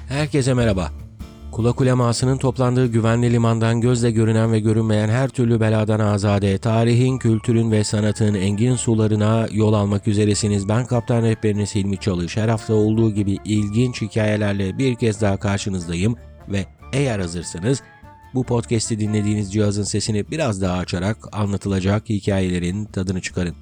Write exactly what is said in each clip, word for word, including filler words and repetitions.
Herkese merhaba. Kulak ulemasının toplandığı güvenli limandan gözle görünen ve görünmeyen her türlü beladan azade, tarihin, kültürün ve sanatın engin sularına yol almak üzeresiniz. Ben kaptan rehberiniz Hilmi Çalış. Her hafta olduğu gibi ilginç hikayelerle bir kez daha karşınızdayım ve eğer hazırsanız bu podcast'i dinlediğiniz cihazın sesini biraz daha açarak anlatılacak hikayelerin tadını çıkarın.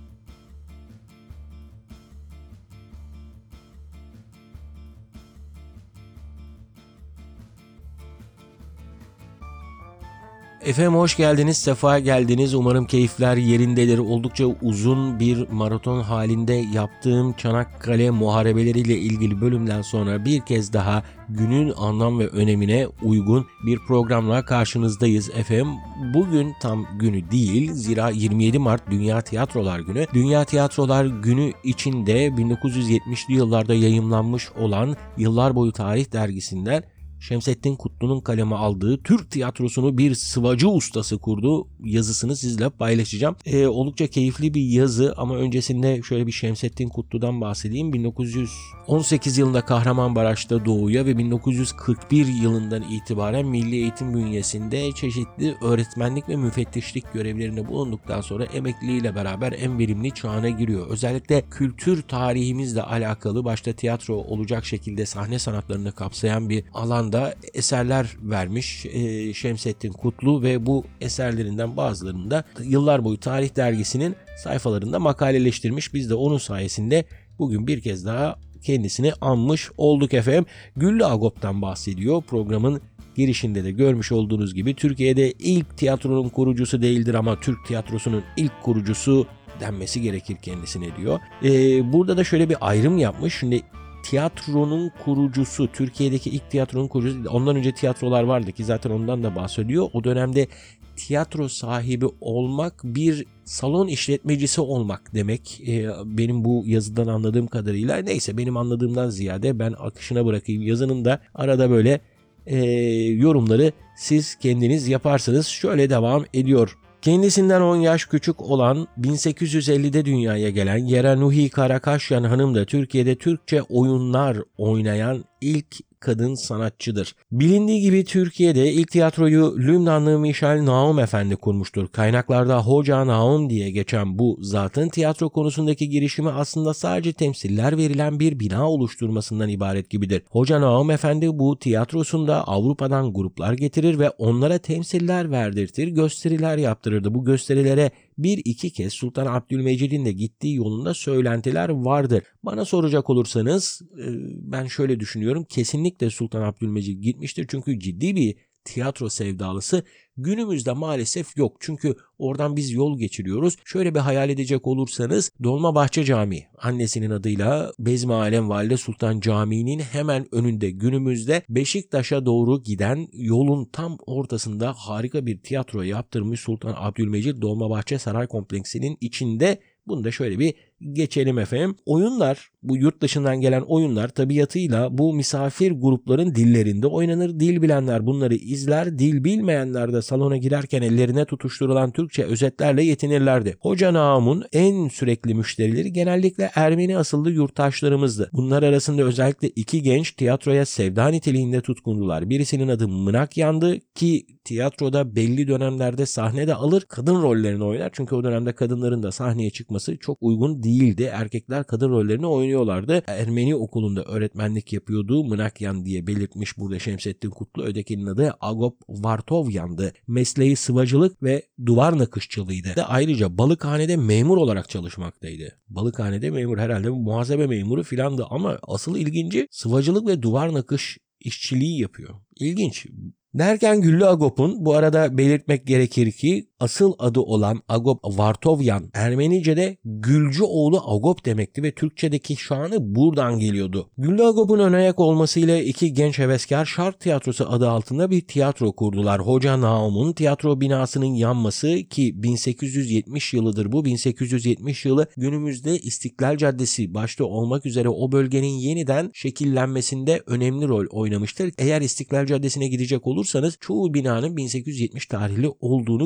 Efendim hoş geldiniz, sefa geldiniz. Umarım keyifler yerindedir. Oldukça uzun bir maraton halinde yaptığım Çanakkale muharebeleriyle ilgili bölümden sonra bir kez daha günün anlam ve önemine uygun bir programla karşınızdayız efendim. Bugün tam günü değil, zira yirmi yedi Mart Dünya Tiyatrolar Günü. Dünya Tiyatrolar Günü içinde bin dokuz yüz yetmişli yıllarda yayımlanmış olan Yıllar Boyu Tarih dergisinden Şemsettin Kutlu'nun kaleme aldığı Türk tiyatrosunu bir sıvacı ustası kurdu yazısını sizle paylaşacağım. Ee, oldukça keyifli bir yazı ama öncesinde şöyle bir Şemsettin Kutlu'dan bahsedeyim. bin dokuz yüz on sekiz yılında Kahramanmaraş'ta doğuya ve bin dokuz yüz kırk bir yılından itibaren Milli Eğitim bünyesinde çeşitli öğretmenlik ve müfettişlik görevlerinde bulunduktan sonra emekliliğiyle beraber en verimli çağına giriyor. Özellikle kültür tarihimizle alakalı başta tiyatro olacak şekilde sahne sanatlarını kapsayan bir alan da eserler vermiş e, Şemsettin Kutlu ve bu eserlerinden bazılarını da Yıllar Boyu Tarih dergisinin sayfalarında makaleleştirmiş. Biz de onun sayesinde bugün bir kez daha kendisini anmış olduk efendim. Güllü Agop'tan bahsediyor. Programın girişinde de görmüş olduğunuz gibi Türkiye'de ilk tiyatronun kurucusu değildir ama Türk tiyatrosunun ilk kurucusu denmesi gerekir kendisine diyor. E, burada da şöyle bir ayrım yapmış. Şimdi tiyatronun kurucusu, Türkiye'deki ilk tiyatronun kurucusu, ondan önce tiyatrolar vardı ki zaten ondan da bahsediyor. O dönemde tiyatro sahibi olmak bir salon işletmecisi olmak demek. Ee, benim bu yazıdan anladığım kadarıyla, neyse benim anladığımdan ziyade ben akışına bırakayım yazının da arada böyle e, yorumları siz kendiniz yaparsınız. Şöyle devam ediyor. Kendisinden on yaş küçük olan bin sekiz yüz ellide dünyaya gelen Yeranuhi Karakaşyan Hanım da Türkiye'de Türkçe oyunlar oynayan ilk kadın sanatçıdır. Bilindiği gibi Türkiye'de ilk tiyatroyu Lübnanlı Michel Naum Efendi kurmuştur. Kaynaklarda Hoca Naum diye geçen bu zatın tiyatro konusundaki girişimi aslında sadece temsiller verilen bir bina oluşturmasından ibaret gibidir. Hoca Naum Efendi bu tiyatrosunda Avrupa'dan gruplar getirir ve onlara temsiller verdirtir, gösteriler yaptırırdı. Bu gösterilere bir iki kez Sultan Abdülmecid'in de gittiği yolunda söylentiler vardır. Bana soracak olursanız ben şöyle düşünüyorum. Kesinlikle Sultan Abdülmecid gitmiştir. Çünkü ciddi bir tiyatro sevdalısı günümüzde maalesef yok. Çünkü oradan biz yol geçiriyoruz. Şöyle bir hayal edecek olursanız Dolmabahçe Camii annesinin adıyla Bezmi Alem Valide Sultan Camii'nin hemen önünde günümüzde Beşiktaş'a doğru giden yolun tam ortasında harika bir tiyatro yaptırmış Sultan Abdülmecid Dolmabahçe Saray Kompleksinin içinde. Bunu da şöyle bir geçelim efendim. Oyunlar, bu yurt dışından gelen oyunlar tabiatıyla bu misafir grupların dillerinde oynanır. Dil bilenler bunları izler, dil bilmeyenler de salona girerken ellerine tutuşturulan Türkçe özetlerle yetinirlerdi. Hoca Naum'un en sürekli müşterileri genellikle Ermeni asıllı yurttaşlarımızdı. Bunlar arasında özellikle iki genç tiyatroya sevda niteliğinde tutkundular. Birisinin adı Mınakyan'dı ki tiyatroda belli dönemlerde sahnede alır, kadın rollerini oynar. Çünkü o dönemde kadınların da sahneye çıkması çok uygun değildi. Erkekler kadın rollerini oynuyorlardı. Ermeni okulunda öğretmenlik yapıyordu. Mınakyan diye belirtmiş burada Şemsettin Kutlu. Ötekinin adı Agop Vartovyan'dı. Mesleği sıvacılık ve duvar nakışçılığıydı. De ayrıca balıkhanede memur olarak çalışmaktaydı. Balıkhanede memur, herhalde muhasebe memuru filandı ama asıl ilginci sıvacılık ve duvar nakış işçiliği yapıyor. İlginç. Derken Güllü Agop'un, bu arada belirtmek gerekir ki asıl adı olan Agop Vartovyan Ermenice'de Gülcü oğlu Agop demekti ve Türkçedeki şanı buradan geliyordu. Güllü Agop'un ön ayak olmasıyla iki genç heveskar Şark Tiyatrosu adı altında bir tiyatro kurdular. Hoca Naum'un tiyatro binasının yanması ki bin sekiz yüz yetmiş yılıdır bu. bin sekiz yüz yetmiş yılı günümüzde İstiklal Caddesi başta olmak üzere o bölgenin yeniden şekillenmesinde önemli rol oynamıştır. Eğer İstiklal Caddesi'ne gidecek olursanız çoğu binanın bin sekiz yüz yetmiş tarihli olduğunu görürsünüz.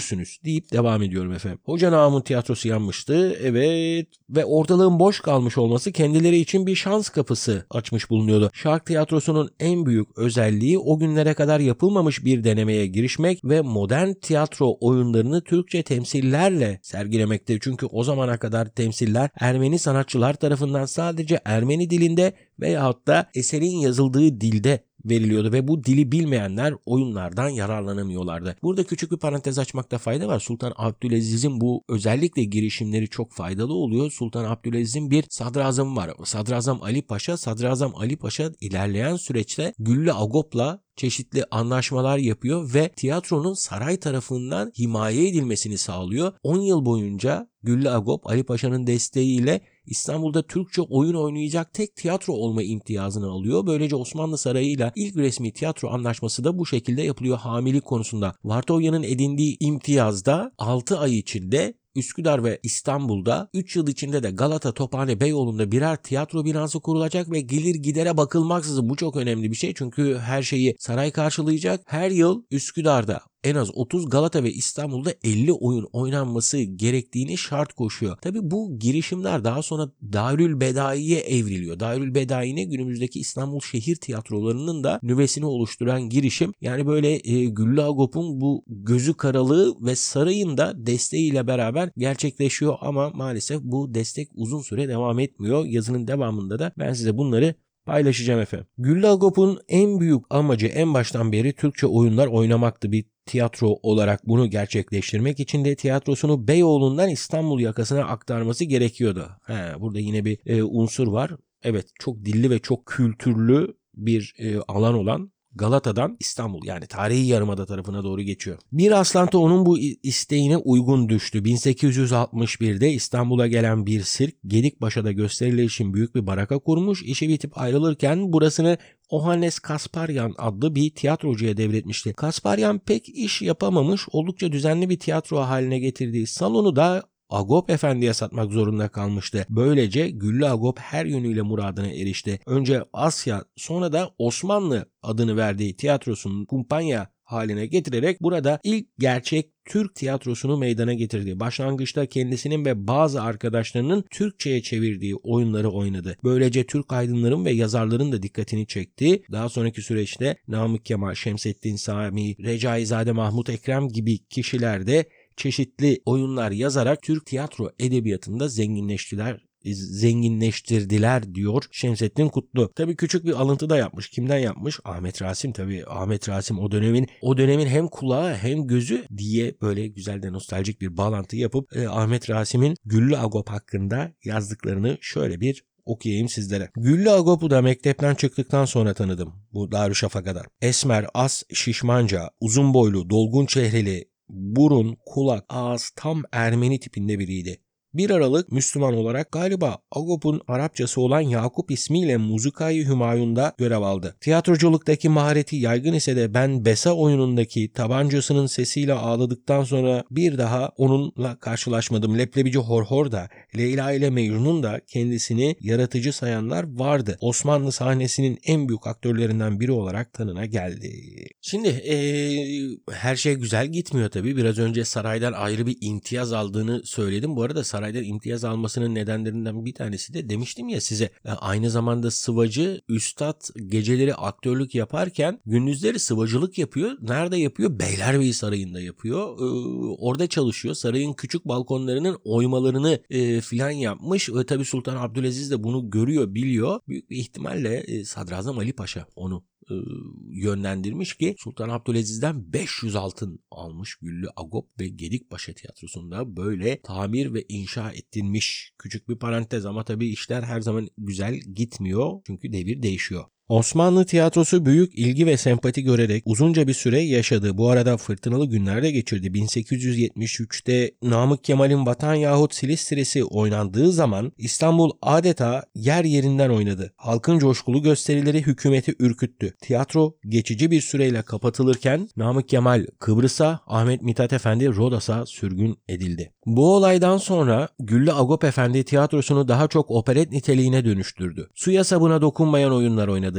görürsünüz deyip devam ediyorum efendim. Hoca Namık'ın tiyatrosu yanmıştı. Evet ve ortalığın boş kalmış olması kendileri için bir şans kapısı açmış bulunuyordu. Şark tiyatrosunun en büyük özelliği o günlere kadar yapılmamış bir denemeye girişmek ve modern tiyatro oyunlarını Türkçe temsillerle sergilemektir. Çünkü o zamana kadar temsiller Ermeni sanatçılar tarafından sadece Ermeni dilinde veyahut da eserin yazıldığı dilde veriliyordu ve bu dili bilmeyenler oyunlardan yararlanamıyorlardı. Burada küçük bir parantez açmakta fayda var. Sultan Abdülaziz'in bu özellikle girişimleri çok faydalı oluyor. Sultan Abdülaziz'in bir sadrazamı var. Sadrazam Ali Paşa. Sadrazam Ali Paşa ilerleyen süreçte Güllü Agop'la çeşitli anlaşmalar yapıyor ve tiyatronun saray tarafından himaye edilmesini sağlıyor. on yıl boyunca Güllü Agop Ali Paşa'nın desteğiyle İstanbul'da Türkçe oyun oynayacak tek tiyatro olma imtiyazını alıyor. Böylece Osmanlı Sarayı'yla ilk resmi tiyatro anlaşması da bu şekilde yapılıyor hamilik konusunda. Vartolya'nın edindiği imtiyazda altı ay içinde Üsküdar ve İstanbul'da, üç yıl içinde de Galata, Tophane, Beyoğlu'nda birer tiyatro binası kurulacak ve gelir gidere bakılmaksızın, bu çok önemli bir şey çünkü her şeyi saray karşılayacak. Her yıl Üsküdar'da en az otuz, Galata ve İstanbul'da elli oyun oynanması gerektiğini şart koşuyor. Tabii bu girişimler daha sonra Darülbedai'ye evriliyor. Darülbedai ne? Günümüzdeki İstanbul şehir tiyatrolarının da nüvesini oluşturan girişim. Yani böyle e, Güllü Agop'un bu gözü karalığı ve sarayın da desteğiyle beraber gerçekleşiyor ama maalesef bu destek uzun süre devam etmiyor. Yazının devamında da ben size bunları paylaşacağım efendim. Güllü Agop'un en büyük amacı en baştan beri Türkçe oyunlar oynamaktı. Bir tiyatro olarak bunu gerçekleştirmek için de tiyatrosunu Beyoğlu'ndan İstanbul yakasına aktarması gerekiyordu. He, burada yine bir e, unsur var. Evet, çok dilli ve çok kültürlü bir e, alan olan Galata'dan İstanbul, yani tarihi yarımada tarafına doğru geçiyor. Bir rastlantı onun bu isteğine uygun düştü. bin sekiz yüz altmış birde İstanbul'a gelen bir sirk Gedikpaşa'da gösteriler için büyük bir baraka kurmuş. İşi bitip ayrılırken burasını Ohannes Kasparyan adlı bir tiyatrocuya devretmişti. Kasparyan pek iş yapamamış, oldukça düzenli bir tiyatro haline getirdiği salonu da Agop Efendi'ye satmak zorunda kalmıştı. Böylece Güllü Agop her yönüyle muradına erişti. Önce Asya, sonra da Osmanlı adını verdiği tiyatrosunun kumpanya haline getirerek burada ilk gerçek Türk tiyatrosunu meydana getirdi. Başlangıçta kendisinin ve bazı arkadaşlarının Türkçe'ye çevirdiği oyunları oynadı. Böylece Türk aydınların ve yazarların da dikkatini çekti. Daha sonraki süreçte Namık Kemal, Şemsettin Sami, Recaizade Mahmut Ekrem gibi kişiler de çeşitli oyunlar yazarak Türk tiyatro edebiyatında zenginleştiler. zenginleştirdiler diyor Şemsettin Kutlu. Tabii küçük bir alıntı da yapmış. Kimden yapmış? Ahmet Rasim tabii. Ahmet Rasim o dönemin o dönemin hem kulağı hem gözü diye böyle güzel de nostaljik bir bağlantı yapıp e, Ahmet Rasim'in Güllü Agop hakkında yazdıklarını şöyle bir okuyayım sizlere. Güllü Agop'u da mektepten çıktıktan sonra tanıdım. Bu Darüşşafaka'da. Esmer, az, şişmanca, uzun boylu, dolgun çehreli, burun, kulak, ağız tam Ermeni tipinde biriydi. Bir Aralık Müslüman olarak galiba Agop'un Arapçası olan Yakup ismiyle Muzika-i Hümayun'da görev aldı. Tiyatroculuktaki mahareti yaygın ise de ben Besa oyunundaki tabancasının sesiyle ağladıktan sonra bir daha onunla karşılaşmadım. Leblebici Horhor da, Leyla ile Mecnun da kendisini yaratıcı sayanlar vardı. Osmanlı sahnesinin en büyük aktörlerinden biri olarak tanına geldi. Şimdi ee, her şey güzel gitmiyor tabii. Biraz önce saraydan ayrı bir imtiyaz aldığını söyledim. Bu arada saray saraydan imtiyaz almasının nedenlerinden bir tanesi de demiştim ya size, aynı zamanda sıvacı, üstad geceleri aktörlük yaparken gündüzleri sıvacılık yapıyor. Nerede yapıyor? Beylerbeyi Sarayı'nda yapıyor. Ee, orada çalışıyor. Sarayın küçük balkonlarının oymalarını e, filan yapmış. Ve tabii Sultan Abdülaziz de bunu görüyor, biliyor. Büyük bir ihtimalle e, Sadrazam Ali Paşa onu yönlendirmiş ki Sultan Abdülaziz'den beş yüz altın almış Güllü Agop ve Gedikpaşa Tiyatrosu'nda böyle tamir ve inşa ettirilmiş. Küçük bir parantez ama tabii işler her zaman güzel gitmiyor çünkü devir değişiyor. Osmanlı tiyatrosu büyük ilgi ve sempati görerek uzunca bir süre yaşadı. Bu arada fırtınalı günlerde geçirdi. bin sekiz yüz yetmiş üçte Namık Kemal'in Vatan yahut Silistre'si oynandığı zaman İstanbul adeta yer yerinden oynadı. Halkın coşkulu gösterileri hükümeti ürküttü. Tiyatro geçici bir süreyle kapatılırken Namık Kemal Kıbrıs'a, Ahmet Mithat Efendi Rodos'a sürgün edildi. Bu olaydan sonra Güllü Agop Efendi tiyatrosunu daha çok operet niteliğine dönüştürdü. Suya sabuna dokunmayan oyunlar oynadı.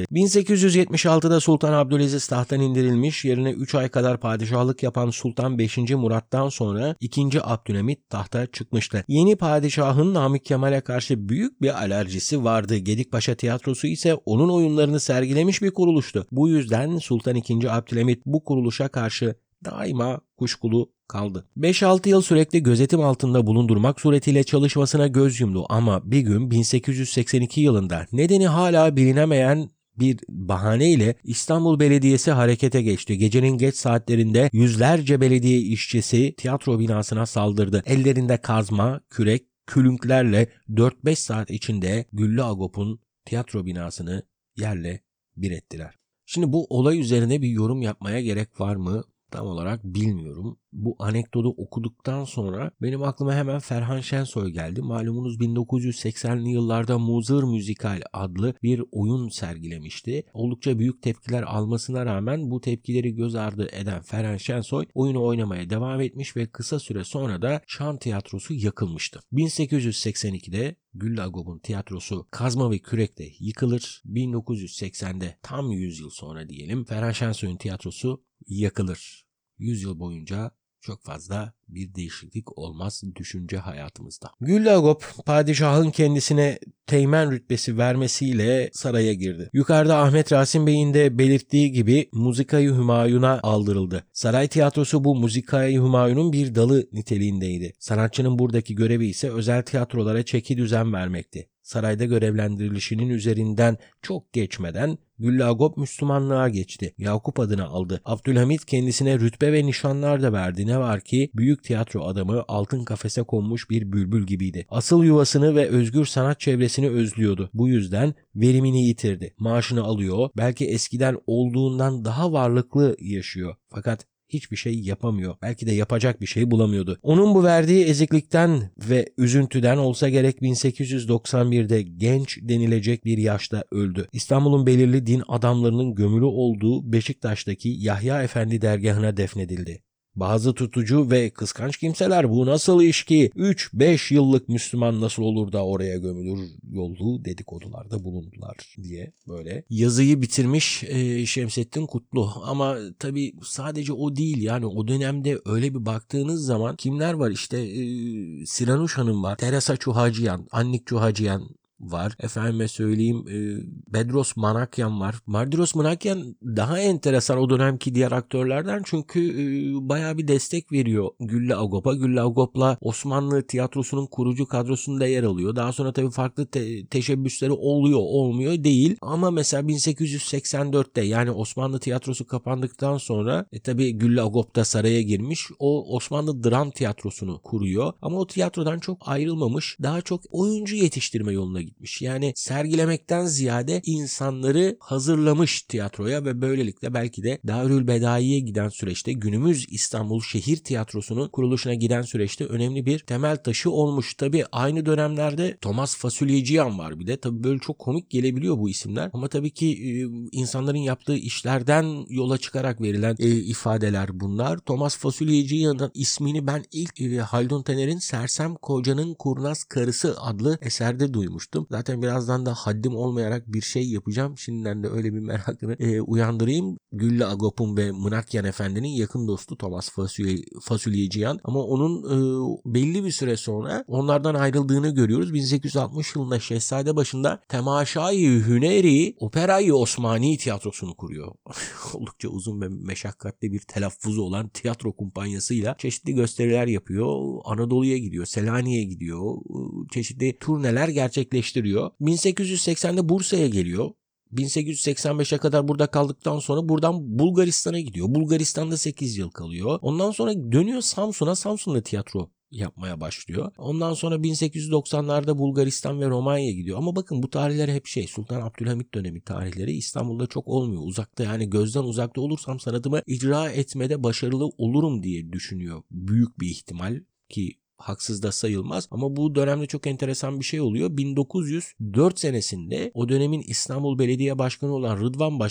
kaldı. bin sekiz yüz yetmiş altıda Sultan Abdülaziz tahttan indirilmiş, yerine üç ay kadar padişahlık yapan Sultan beşinci Murat'tan sonra ikinci Abdülhamit tahta çıkmıştı. Yeni padişahın Namık Kemal'e karşı büyük bir alerjisi vardı. Gedikpaşa Tiyatrosu ise onun oyunlarını sergilemiş bir kuruluştu. Bu yüzden Sultan ikinci Abdülhamit bu kuruluşa karşı daima kuşkulu kaldı. beş altı yıl sürekli gözetim altında bulundurmak suretiyle çalışmasına göz yumdu ama bir gün bin sekiz yüz seksen iki yılında nedeni hala bilinemeyen bir bahaneyle İstanbul Belediyesi harekete geçti. Gecenin geç saatlerinde yüzlerce belediye işçisi tiyatro binasına saldırdı. Ellerinde kazma, kürek, külünklerle dört beş saat içinde Güllü Agop'un tiyatro binasını yerle bir ettiler. Şimdi bu olay üzerine bir yorum yapmaya gerek var mı? Tam olarak bilmiyorum. Bu anekdotu okuduktan sonra benim aklıma hemen Ferhan Şensoy geldi. Malumunuz bin dokuz yüz seksenli yıllarda Muzır Müzikal adlı bir oyun sergilemişti. Oldukça büyük tepkiler almasına rağmen bu tepkileri göz ardı eden Ferhan Şensoy oyunu oynamaya devam etmiş ve kısa süre sonra da Şan Tiyatrosu yakılmıştı. bin sekiz yüz seksen ikide Güllü Agop'un tiyatrosu kazma ve kürekle yıkılır. bin dokuz yüz seksende tam yüz yıl sonra diyelim Ferhan Şensoy'un tiyatrosu yakılır. yüz yıl boyunca çok fazla bir değişiklik olmaz düşünce hayatımızda. Güllü Agop padişahın kendisine teğmen rütbesi vermesiyle saraya girdi. Yukarıda Ahmet Rasim Bey'in de belirttiği gibi Muzika-i Hümayun'a aldırıldı. Saray tiyatrosu bu Muzika-i Hümayun'un bir dalı niteliğindeydi. Sanatçının buradaki görevi ise özel tiyatrolara çeki düzen vermekti. Sarayda görevlendirilişinin üzerinden çok geçmeden Güllü Agop Müslümanlığa geçti. Yakup adını aldı. Abdülhamit kendisine rütbe ve nişanlar da verdi. Ne var ki büyük tiyatro adamı altın kafese konmuş bir bülbül gibiydi. Asıl yuvasını ve özgür sanat çevresini özlüyordu. Bu yüzden verimini yitirdi. Maaşını alıyor. Belki eskiden olduğundan daha varlıklı yaşıyor. Fakat hiçbir şey yapamıyor. Belki de yapacak bir şey bulamıyordu. Onun bu verdiği eziklikten ve üzüntüden olsa gerek bin sekiz yüz doksan birde genç denilecek bir yaşta öldü. İstanbul'un belirli din adamlarının gömülü olduğu Beşiktaş'taki Yahya Efendi dergahına defnedildi. Bazı tutucu ve kıskanç kimseler bu nasıl işki üç beş yıllık Müslüman nasıl olur da oraya gömülür yollu dedikodularda bulundular diye böyle yazıyı bitirmiş e, Şemsettin Kutlu. Ama tabii sadece o değil, yani o dönemde öyle bir baktığınız zaman kimler var işte e, Siranuş Hanım var, Teresa Çuhacıyan, Annik Çuhacıyan var. Efendime söyleyeyim e, Bedros Manakyan var. Mardiros Manakyan daha enteresan o dönemki diğer aktörlerden çünkü e, bayağı bir destek veriyor Güllü Agop'a. Güllü Agop'la Osmanlı tiyatrosunun kurucu kadrosunda yer alıyor. Daha sonra tabii farklı te- teşebbüsleri oluyor olmuyor değil. Ama mesela bin sekiz yüz seksen dörtte yani Osmanlı tiyatrosu kapandıktan sonra e, tabii Güllü Agop da saraya girmiş. O Osmanlı Dram Tiyatrosu'nu kuruyor. Ama o tiyatrodan çok ayrılmamış. Daha çok oyuncu yetiştirme yoluna gidiyor. Gitmiş. Yani sergilemekten ziyade insanları hazırlamış tiyatroya ve böylelikle belki de Darülbedai'ye giden süreçte günümüz İstanbul Şehir Tiyatrosu'nun kuruluşuna giden süreçte önemli bir temel taşı olmuş. Tabii aynı dönemlerde Thomas Fasulyeciyan var bir de. Tabii böyle çok komik gelebiliyor bu isimler ama tabii ki e, insanların yaptığı işlerden yola çıkarak verilen e, ifadeler bunlar. Thomas Fasulyeciyan'ın ismini ben ilk e, Haldun Taner'in Sersem Kocanın Kurnaz Karısı adlı eserde duymuştum. Zaten birazdan da haddim olmayarak bir şey yapacağım. Şimdiden de öyle bir merakını e, uyandırayım. Güllü Agop'un ve Mınakyan Efendi'nin yakın dostu Thomas Fasulye, Fasulyeciyan. Ama onun e, belli bir süre sonra onlardan ayrıldığını görüyoruz. bin sekiz yüz altmış yılında Şehzadebaşı'nda Temaşa-i Hüneri Operayı Osmani tiyatrosunu kuruyor. Oldukça uzun ve meşakkatli bir telaffuzu olan tiyatro kumpanyasıyla çeşitli gösteriler yapıyor. Anadolu'ya gidiyor, Selanik'e gidiyor. Çeşitli turneler gerçekleştiriyor. bin sekiz yüz seksende Bursa'ya geliyor. bin sekiz yüz seksen beşe kadar burada kaldıktan sonra buradan Bulgaristan'a gidiyor. Bulgaristan'da sekiz yıl kalıyor. Ondan sonra dönüyor Samsun'a. Samsun'da tiyatro yapmaya başlıyor. Ondan sonra bin sekiz yüz doksanlarda Bulgaristan ve Romanya'ya gidiyor. Ama bakın bu tarihler hep şey Sultan Abdülhamit dönemi tarihleri. İstanbul'da çok olmuyor. Uzakta, yani gözden uzakta olursam sanatımı icra etmede başarılı olurum diye düşünüyor. Büyük bir ihtimal ki haksız da sayılmaz ama bu dönemde çok enteresan bir şey oluyor. bin dokuz yüz dört senesinde o dönemin İstanbul Belediye Başkanı olan Rıdvan Paşa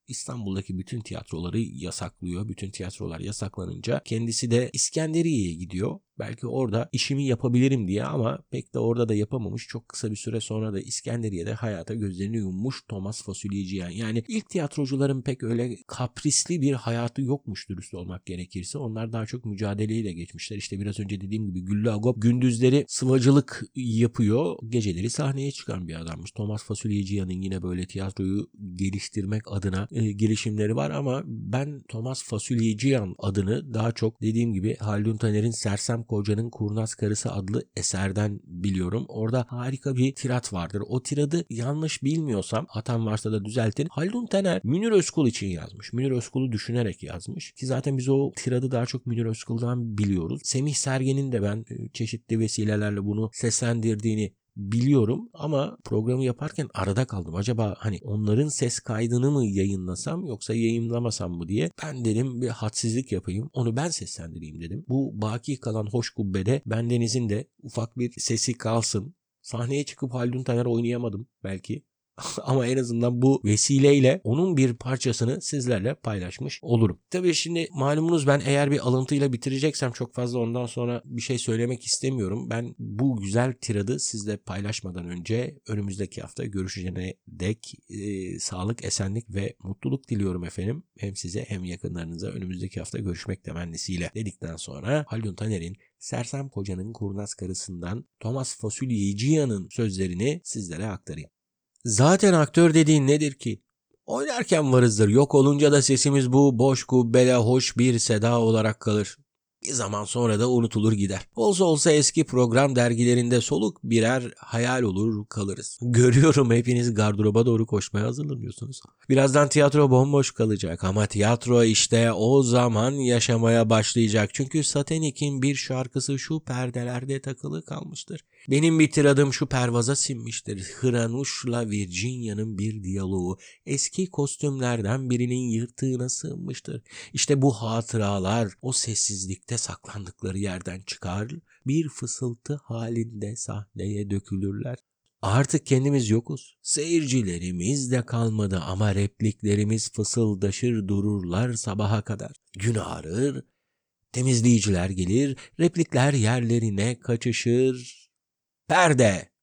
İstanbul'daki bütün tiyatroları yasaklıyor. Bütün tiyatrolar yasaklanınca kendisi de İskenderiye'ye gidiyor. Belki orada işimi yapabilirim diye ama pek de orada da yapamamış. Çok kısa bir süre sonra da İskenderiye'de hayata gözlerini yummuş Thomas Fasulyeciyan. Yani ilk tiyatrocuların pek öyle kaprisli bir hayatı yokmuş dürüst olmak gerekirse. Onlar daha çok mücadeleyle geçmişler. İşte biraz önce dediğim gibi Güllü Agop gündüzleri sıvacılık yapıyor. Geceleri sahneye çıkan bir adammış. Thomas Fasulyeciyan'ın yine böyle tiyatroyu geliştirmek adına e, girişimleri var ama ben Thomas Fasulyeciyan adını daha çok dediğim gibi Haldun Taner'in Sersem Kocanın Kurnaz Karısı adlı eserden biliyorum. Orada harika bir tirat vardır. O tiradı yanlış bilmiyorsam, hatam varsa da düzeltin. Haldun Taner Münir Özkul için yazmış. Münir Özkul'u düşünerek yazmış. Ki zaten biz o tiradı daha çok Münir Özkul'dan biliyoruz. Semih Sergen'in de ben çeşitli vesilelerle bunu seslendirdiğini biliyorum ama programı yaparken arada kaldım. Acaba hani onların ses kaydını mı yayınlasam yoksa yayınlamasam mı diye. Ben dedim bir hadsizlik yapayım. Onu ben seslendireyim dedim. Bu baki kalan hoş kubbede bendenizin de ufak bir sesi kalsın. Sahneye çıkıp Haldun Taner oynayamadım belki. Ama en azından bu vesileyle onun bir parçasını sizlerle paylaşmış olurum. Tabii şimdi malumunuz ben eğer bir alıntıyla bitireceksem çok fazla ondan sonra bir şey söylemek istemiyorum. Ben bu güzel tiradı sizle paylaşmadan önce önümüzdeki hafta görüşeceğine dek e, sağlık, esenlik ve mutluluk diliyorum efendim. Hem size hem yakınlarınıza önümüzdeki hafta görüşmek temennisiyle dedikten sonra Haldun Taner'in Sersem Kocanın Kurnaz Karısı'ndan Thomas Fasulyeciyan'ın sözlerini sizlere aktarayım. Zaten aktör dediğin nedir ki? Oynarken varızdır, yok olunca da sesimiz bu boş kubbede hoş bir seda olarak kalır. Bir zaman sonra da unutulur gider. Olsa olsa eski program dergilerinde soluk birer hayal olur kalırız. Görüyorum hepiniz gardıroba doğru koşmaya hazırlanıyorsunuz. Birazdan tiyatro bomboş kalacak ama tiyatro işte o zaman yaşamaya başlayacak. Çünkü Satanik'in bir şarkısı şu perdelerde takılı kalmıştır. Benim bir tiradım şu pervaza sinmiştir. Hranuş'la Virginia'nın bir diyaloğu eski kostümlerden birinin yırtığına sığınmıştır. İşte bu hatıralar o sessizlikte saklandıkları yerden çıkar, bir fısıltı halinde sahneye dökülürler. Artık kendimiz yokuz. Seyircilerimiz de kalmadı ama repliklerimiz fısıldaşır dururlar sabaha kadar. Gün ağrır, temizleyiciler gelir, replikler yerlerine kaçışır. Perde!